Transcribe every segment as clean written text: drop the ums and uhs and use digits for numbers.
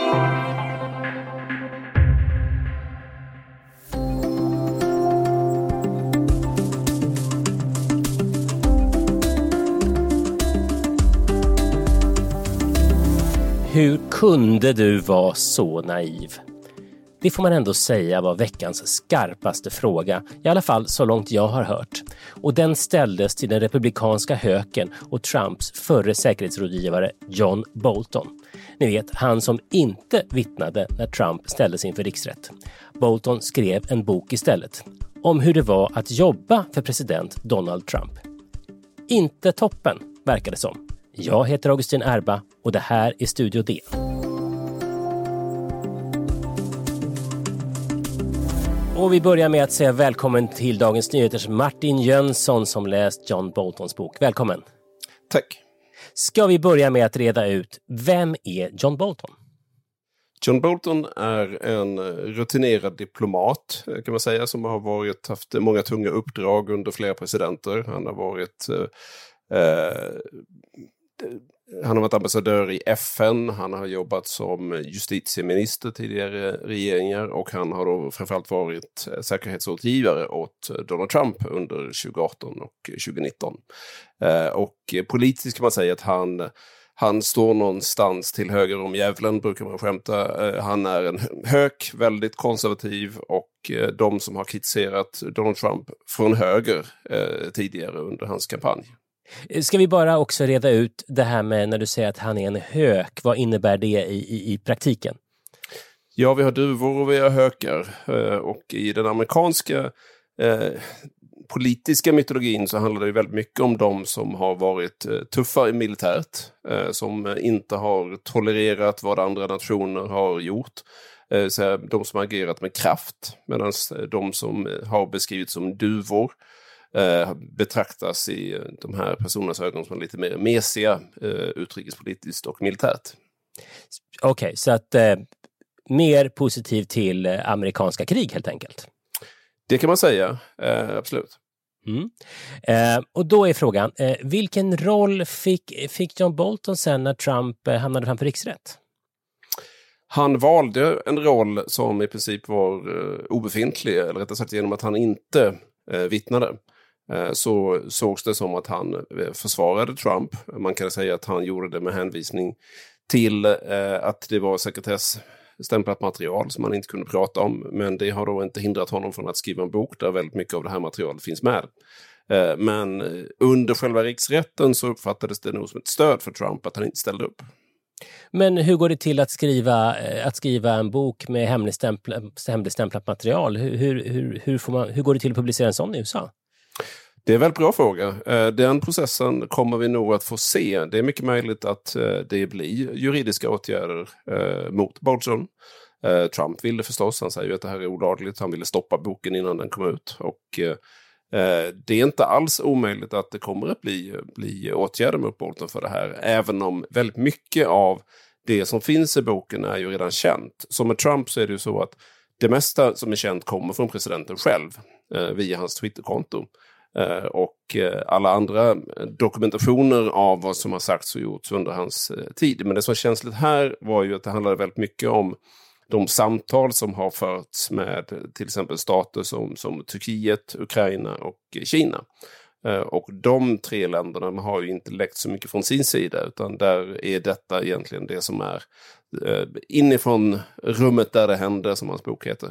Hur kunde du vara så naiv? Det får man ändå säga var veckans skarpaste fråga, i alla fall så långt jag har hört. Och den ställdes till den republikanska höken och Trumps förre säkerhetsrådgivare John Bolton. Ni vet, han som inte vittnade när Trump ställdes inför riksrätt. Bolton skrev en bok istället om hur det var att jobba för president Donald Trump. Inte toppen, verkar det som. Jag heter Augustin Erba och det här är Studio D. Och vi börjar med att säga välkommen till Dagens Nyheters Martin Jönsson som läst John Boltons bok. Välkommen. Tack. Ska vi börja med att reda ut, vem är John Bolton? John Bolton är en rutinerad diplomat kan man säga som har haft många tunga uppdrag under flera presidenter. Han har varit ambassadör i FN, han har jobbat som justitieminister tidigare regeringar och han har då framförallt varit säkerhetsrådgivare åt Donald Trump under 2018 och 2019. Och politiskt kan man säga att han står någonstans till höger om djävulen, brukar man skämta. Han är en hök, väldigt konservativ och de som har kritiserat Donald Trump från höger tidigare under hans kampanj. Ska vi bara också reda ut det här med när du säger att han är en hök, vad innebär det i praktiken? Ja, vi har duvor och vi har hökar och i den amerikanska politiska mytologin så handlar det väldigt mycket om de som har varit tuffa i militärt, som inte har tolererat vad andra nationer har gjort. Så de som har agerat med kraft, medan de som har beskrivits som duvor betraktas i de här personernas ögon som lite mer mesiga utrikespolitiskt och militärt. Okej, så att mer positiv till amerikanska krig helt enkelt. Det kan man säga, absolut. Och då är frågan, vilken roll fick John Bolton sen när Trump hamnade framför riksrätt? Han valde en roll som i princip var obefintlig, eller rättare sagt genom att han inte vittnade. Så sågs det som att han försvarade Trump. Man kan säga att han gjorde det med hänvisning till att det var sekretessstämplat material som man inte kunde prata om. Men det har då inte hindrat honom från att skriva en bok där väldigt mycket av det här materialet finns med. Men under själva riksrätten så uppfattades det nog som ett stöd för Trump att han inte ställde upp. Men hur går det till att skriva en bok med hemligstämplat material? Hur går det till att publicera en sån i USA? Det är en väldigt bra fråga. Den processen kommer vi nog att få se. Det är mycket möjligt att det blir juridiska åtgärder mot Bolton. Trump ville förstås, han säger ju att det här är olagligt. Han ville stoppa boken innan den kom ut. Och det är inte alls omöjligt att det kommer att bli åtgärder mot Bolton för det här. Även om väldigt mycket av det som finns i boken är ju redan känt. Som med Trump så är det ju så att det mesta som är känt kommer från presidenten själv via hans Twitterkonto. Och alla andra dokumentationer av vad som har sagts och gjorts under hans tid. Men det som var känsligt här var ju att det handlade väldigt mycket om de samtal som har förts med till exempel stater som Turkiet, Ukraina och Kina. Och de tre länderna har ju inte läckt så mycket från sin sida, utan där är detta egentligen det som är inifrån rummet där det hände, som hans bok heter.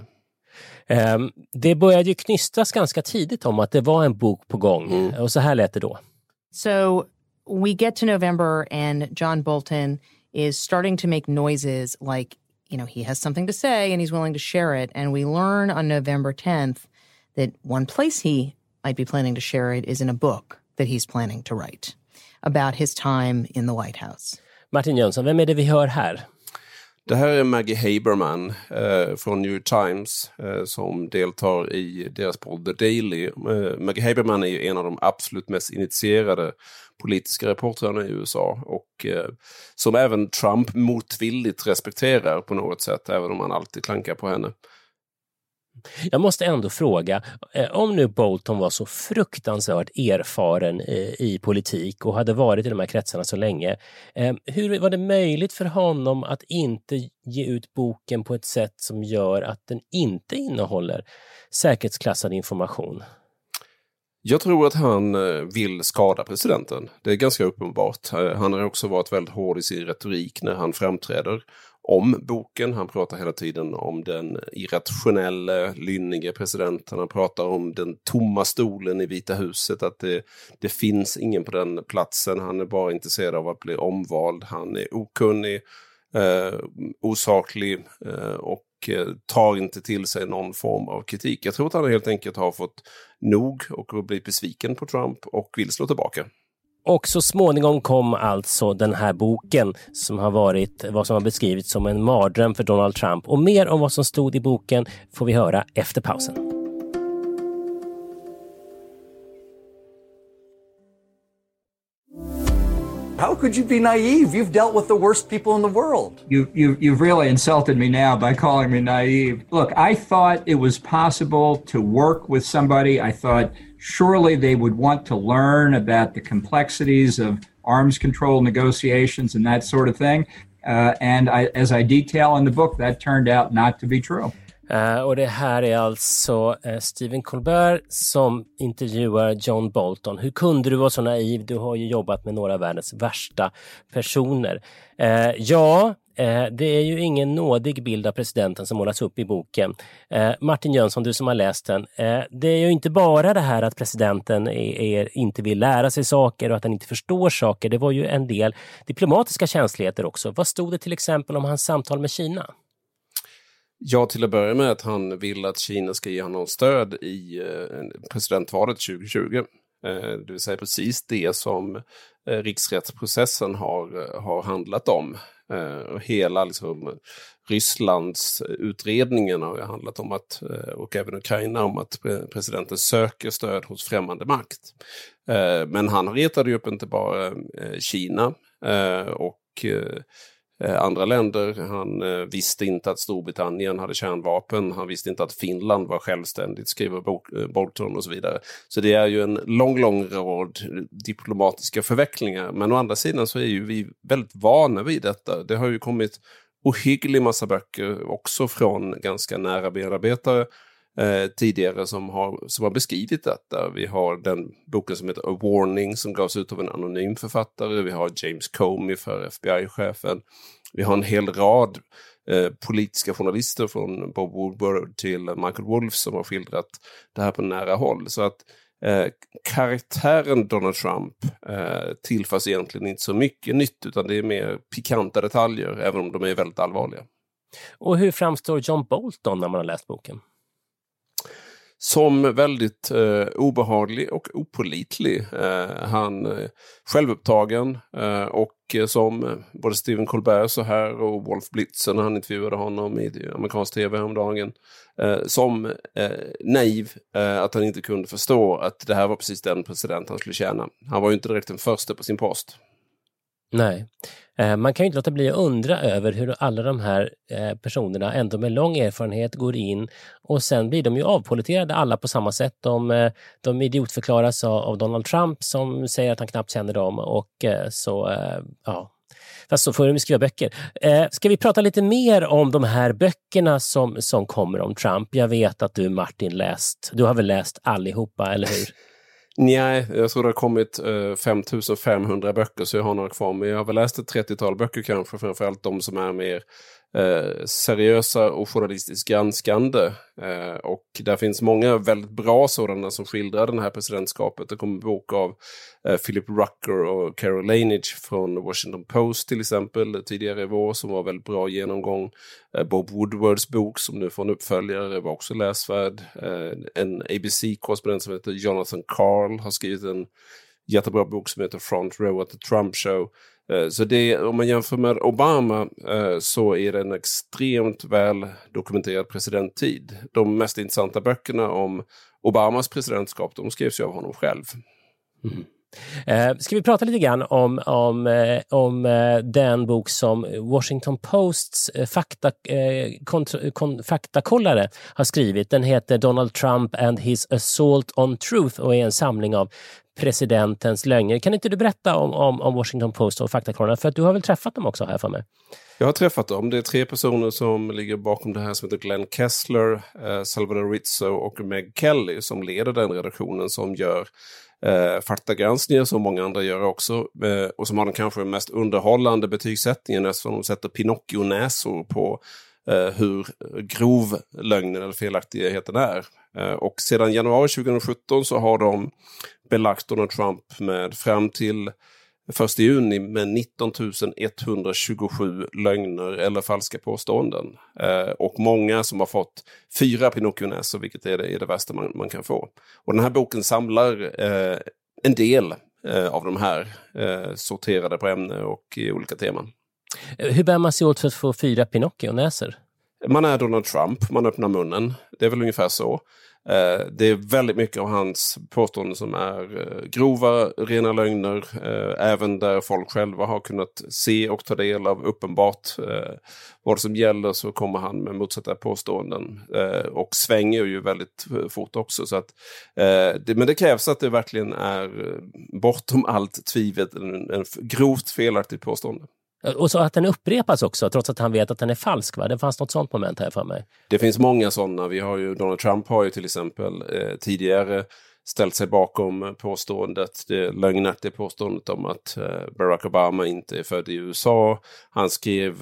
Det började ju knystas ganska tidigt om att det var en bok på gång. Och så här lät det då. So we get to November and John Bolton is starting to make noises like, you know, he has something to say and he's willing to share it. And we learn on November 10th that one place he might be planning to share it is in a book that he's planning to write about his time in the White House. Martin Jönsson, vem är det vi hör här? Det här är Maggie Haberman från New York Times som deltar i deras podd The Daily. Maggie Haberman är ju en av de absolut mest initierade politiska reportrarna i USA och som även Trump motvilligt respekterar på något sätt, även om han alltid klankar på henne. Jag måste ändå fråga, om nu Bolton var så fruktansvärt erfaren i politik och hade varit i de här kretsarna så länge, hur var det möjligt för honom att inte ge ut boken på ett sätt som gör att den inte innehåller säkerhetsklassad information? Jag tror att han vill skada presidenten. Det är ganska uppenbart. Han har också varit väldigt hård i sin retorik när han framträder om boken. Han pratar hela tiden om den irrationella, lynnige presidenten. Han pratar om den tomma stolen i Vita huset. Att det finns ingen på den platsen. Han är bara intresserad av att bli omvald. Han är okunnig, osaklig och tar inte till sig någon form av kritik. Jag tror att han helt enkelt har fått nog och blivit besviken på Trump och vill slå tillbaka. Och så småningom kom alltså den här boken som har varit vad som har beskrivits som en mardröm för Donald Trump. Och mer om vad som stod i boken får vi höra efter pausen. How could you be naive? You've dealt with the worst people in the world. You've really insulted me now by calling me naive. Look, I thought it was possible to work with somebody. I thought surely they would want to learn about the complexities of arms control negotiations and that sort of thing. And as I detail in the book, that turned out not to be true. Och det här är alltså Stephen Colbert som intervjuar John Bolton. Hur kunde du vara så naiv? Du har ju jobbat med några av världens värsta personer. Det är ju ingen nådig bild av presidenten som målas upp i boken. Martin Jönsson, du som har läst den. Det är ju inte bara det här att presidenten inte vill lära sig saker och att han inte förstår saker. Det var ju en del diplomatiska känsligheter också. Vad stod det till exempel om hans samtal med Kina? Ja, till att börja med att han vill att Kina ska ge honom stöd i presidentvalet 2020. Det vill säga precis det som riksrättsprocessen har handlat om. Hela Rysslands utredningen har handlat om att, och även Ukraina, om att presidenten söker stöd hos främmande makt. Men han retade ju upp inte bara Kina och andra länder. Han visste inte att Storbritannien hade kärnvapen. Han visste inte att Finland var självständigt, skriver Bolton och så vidare. Så det är ju en lång rad diplomatiska förvecklingar. Men å andra sidan så är ju vi väldigt vana vid detta. Det har ju kommit ohygglig massa böcker också från ganska nära medarbetare tidigare som har beskrivit detta. Vi har den boken som heter A Warning som gavs ut av en anonym författare. Vi har James Comey för FBI-chefen. Vi har en hel rad politiska journalister från Bob Woodward till Michael Wolff som har skildrat det här på nära håll. Så att karaktären Donald Trump tillförs egentligen inte så mycket nytt, utan det är mer pikanta detaljer, även om de är väldigt allvarliga. Och hur framstår John Bolton när man har läst boken? Som väldigt obehaglig och opålitlig. Han självupptagen och som både Stephen Colbert så här och Wolf Blitzer när han intervjuade honom i amerikansk tv häromdagen, som naiv, att han inte kunde förstå att det här var precis den president han skulle tjäna. Han var ju inte direkt den första på sin post. Nej, man kan ju inte låta bli att undra över hur alla de här personerna ändå med lång erfarenhet går in och sen blir de ju avpoliterade alla på samma sätt. De idiotförklaras av Donald Trump som säger att han knappt känner dem och fast så får de skriva böcker. Ska vi prata lite mer om de här böckerna som kommer om Trump? Jag vet att du, Martin, du har väl läst allihopa, eller hur? Nej, jag tror det har kommit 5500 böcker, så jag har några kvar. Men jag har väl läst ett 30-tal böcker kanske, framförallt de som är mer seriösa och journalistiskt granskande. Och där finns många väldigt bra sådana som skildrar det här presidentskapet. Det kommer en bok av Philip Rucker och Carol Lanage från Washington Post till exempel tidigare i vår, som var väldigt bra genomgång. Bob Woodwards bok som nu får en uppföljare var också läsvärd. En ABC-korrespondent som heter Jonathan Karl har skrivit en jättebra bok som heter Front Row at the Trump Show. Så det, om man jämför med Obama så är det en extremt väl dokumenterad presidenttid. De mest intressanta böckerna om Obamas presidentskap, de skrevs ju av honom själv. Mm. Ska vi prata lite grann om den bok som Washington Posts faktakollare har skrivit. Den heter Donald Trump and his assault on truth och är en samling av presidentens lögner. Kan inte du berätta om Washington Post och faktakollarna? För att du har väl träffat dem också här för mig? Jag har träffat dem. Det är 3 personer som ligger bakom det här som heter Glenn Kessler, Salvador Rizzo och Meg Kelly som leder den redaktionen som gör faktagranskningar som många andra gör också och som har den kanske mest underhållande betygssättningen eftersom de sätter Pinocchio-näsor på hur grov lögnen eller felaktigheten är. Och sedan januari 2017 så har de belagt Donald Trump med fram till 1 juni med 19 127 lögner eller falska påståenden. Och många som har fått 4 Pinocchio-näsor, vilket är det värsta man kan få. Och den här boken samlar en del av de här sorterade på ämne och i olika teman. Hur bär man sig åt för att få 4 Pinocchio-näsor? Man är Donald Trump, man öppnar munnen. Det är väl ungefär så. Det är väldigt mycket av hans påståenden som är grova, rena lögner. Även där folk själva har kunnat se och ta del av uppenbart vad som gäller så kommer han med motsatta påståenden. Och svänger ju väldigt fort också. Så att, men det krävs att det verkligen är bortom allt tvivel en grovt felaktigt påstående. Och så att den upprepas också, trots att han vet att den är falsk, va? Det fanns något sånt moment här för mig. Det finns många sådana. Vi har ju, Donald Trump har ju till exempel tidigare ställt sig bakom påståendet, det lögnaktiga påståendet om att Barack Obama inte är född i USA. Han skrev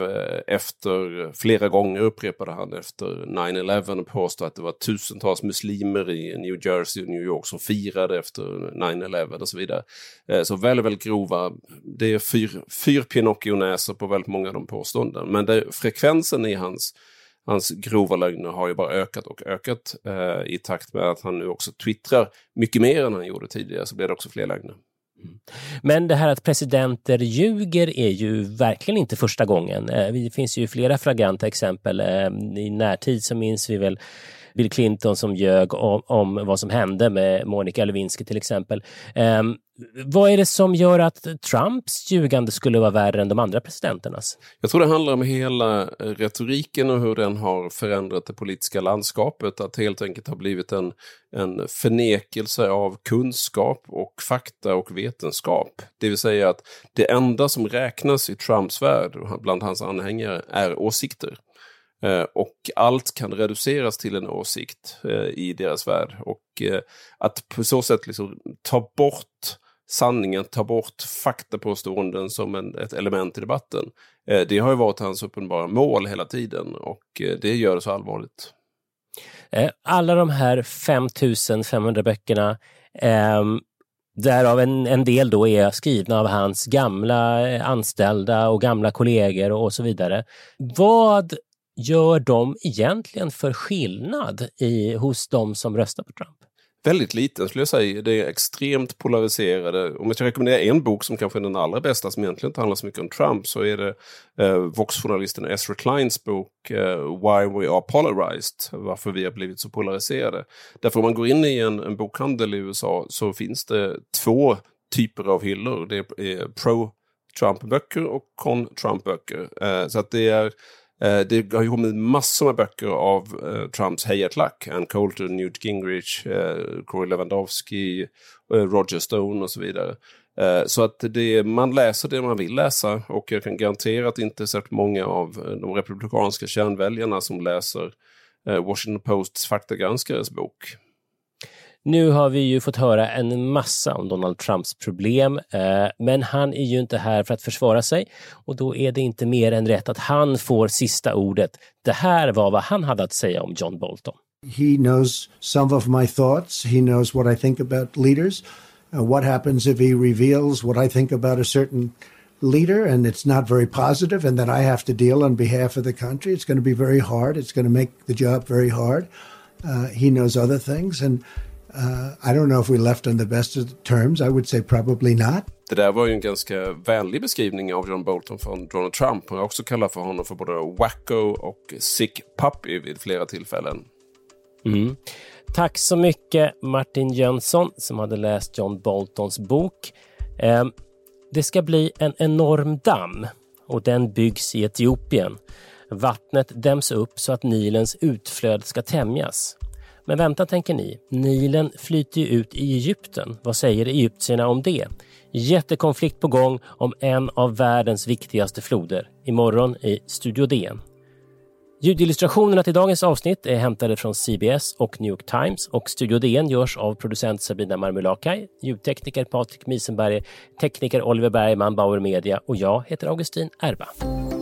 flera gånger upprepade han efter 9/11 och påstod att det var tusentals muslimer i New Jersey och New York som firade efter 9/11 och så vidare. Så väldigt, väldigt grova. Det är 4 Pinocchio-näsor på väldigt många av de påståenden. Men frekvensen i hans grova lögner har ju bara ökat och ökat i takt med att han nu också twittrar mycket mer än han gjorde tidigare, så blir det också fler lögner. Men det här att presidenter ljuger är ju verkligen inte första gången. Det finns ju flera flagranta exempel. I närtid så minns vi väl Bill Clinton som ljög om vad som hände med Monica Lewinsky till exempel. Vad är det som gör att Trumps ljugande skulle vara värre än de andra presidenternas? Jag tror det handlar om hela retoriken och hur den har förändrat det politiska landskapet. Att helt enkelt har blivit en förnekelse av kunskap och fakta och vetenskap. Det vill säga att det enda som räknas i Trumps värld bland hans anhängare är åsikter. Och allt kan reduceras till en åsikt i deras värld. Och att på så sätt liksom ta bort sanningen, ta bort faktapåståenden som ett element i debatten. Det har ju varit hans uppenbara mål hela tiden och det gör det så allvarligt. Alla de här 5500 böckerna, därav en del då är skrivna av hans gamla anställda och gamla kollegor och så vidare. Vad gör de egentligen för skillnad hos de som röstar på Trump? Väldigt liten skulle jag säga. Det är extremt polariserade. Om jag ska rekommendera en bok som kanske är den allra bästa som egentligen inte handlar så mycket om Trump så är det Vox-journalisten Ezra Kleins bok Why We Are Polarized. Varför vi har blivit så polariserade. Därför om man går in i en bokhandel i USA så finns det 2 typer av hyllor. Det är pro-Trump-böcker och con-Trump-böcker. Så att det har ju kommit massor med böcker av Trumps hejarklack. Ann Coulter, Newt Gingrich, Corey Lewandowski, Roger Stone och så vidare. Så att man läser det man vill läsa och jag kan garantera att inte så många av de republikanska kärnväljarna som läser Washington Posts faktagranskares bok. Nu har vi ju fått höra en massa om Donald Trumps problem, men han är ju inte här för att försvara sig och då är det inte mer än rätt att han får sista ordet. Det här var vad han hade att säga om John Bolton. He knows some of my thoughts. He knows what I think about leaders. What happens if he reveals what I think about a certain leader and it's not very positive and then I have to deal on behalf of the country. It's going to be very hard. It's going to make the job very hard. He knows other things and I don't know if we left on the best of terms. I would say probably not. Det där var ju en ganska vänlig beskrivning av John Bolton från Donald Trump. Och jag också kallar för honom för både wacko och sick puppy vid flera tillfällen. Mm. Tack så mycket Martin Jönsson som hade läst John Boltons bok. Det ska bli en enorm damm och den byggs i Etiopien. Vattnet däms upp så att Nilens utflöde ska tämjas. Men vänta, tänker ni. Nilen flyter ju ut i Egypten. Vad säger egyptierna om det? Jättekonflikt på gång om en av världens viktigaste floder. Imorgon i Studio DN. Ljudillustrationerna till dagens avsnitt är hämtade från CBS och New York Times och Studio DN görs av producent Sabina Marmulakai, ljudtekniker Patrik Miesenberger, tekniker Oliver Bergman, Bauer Media och jag heter Augustin Erba.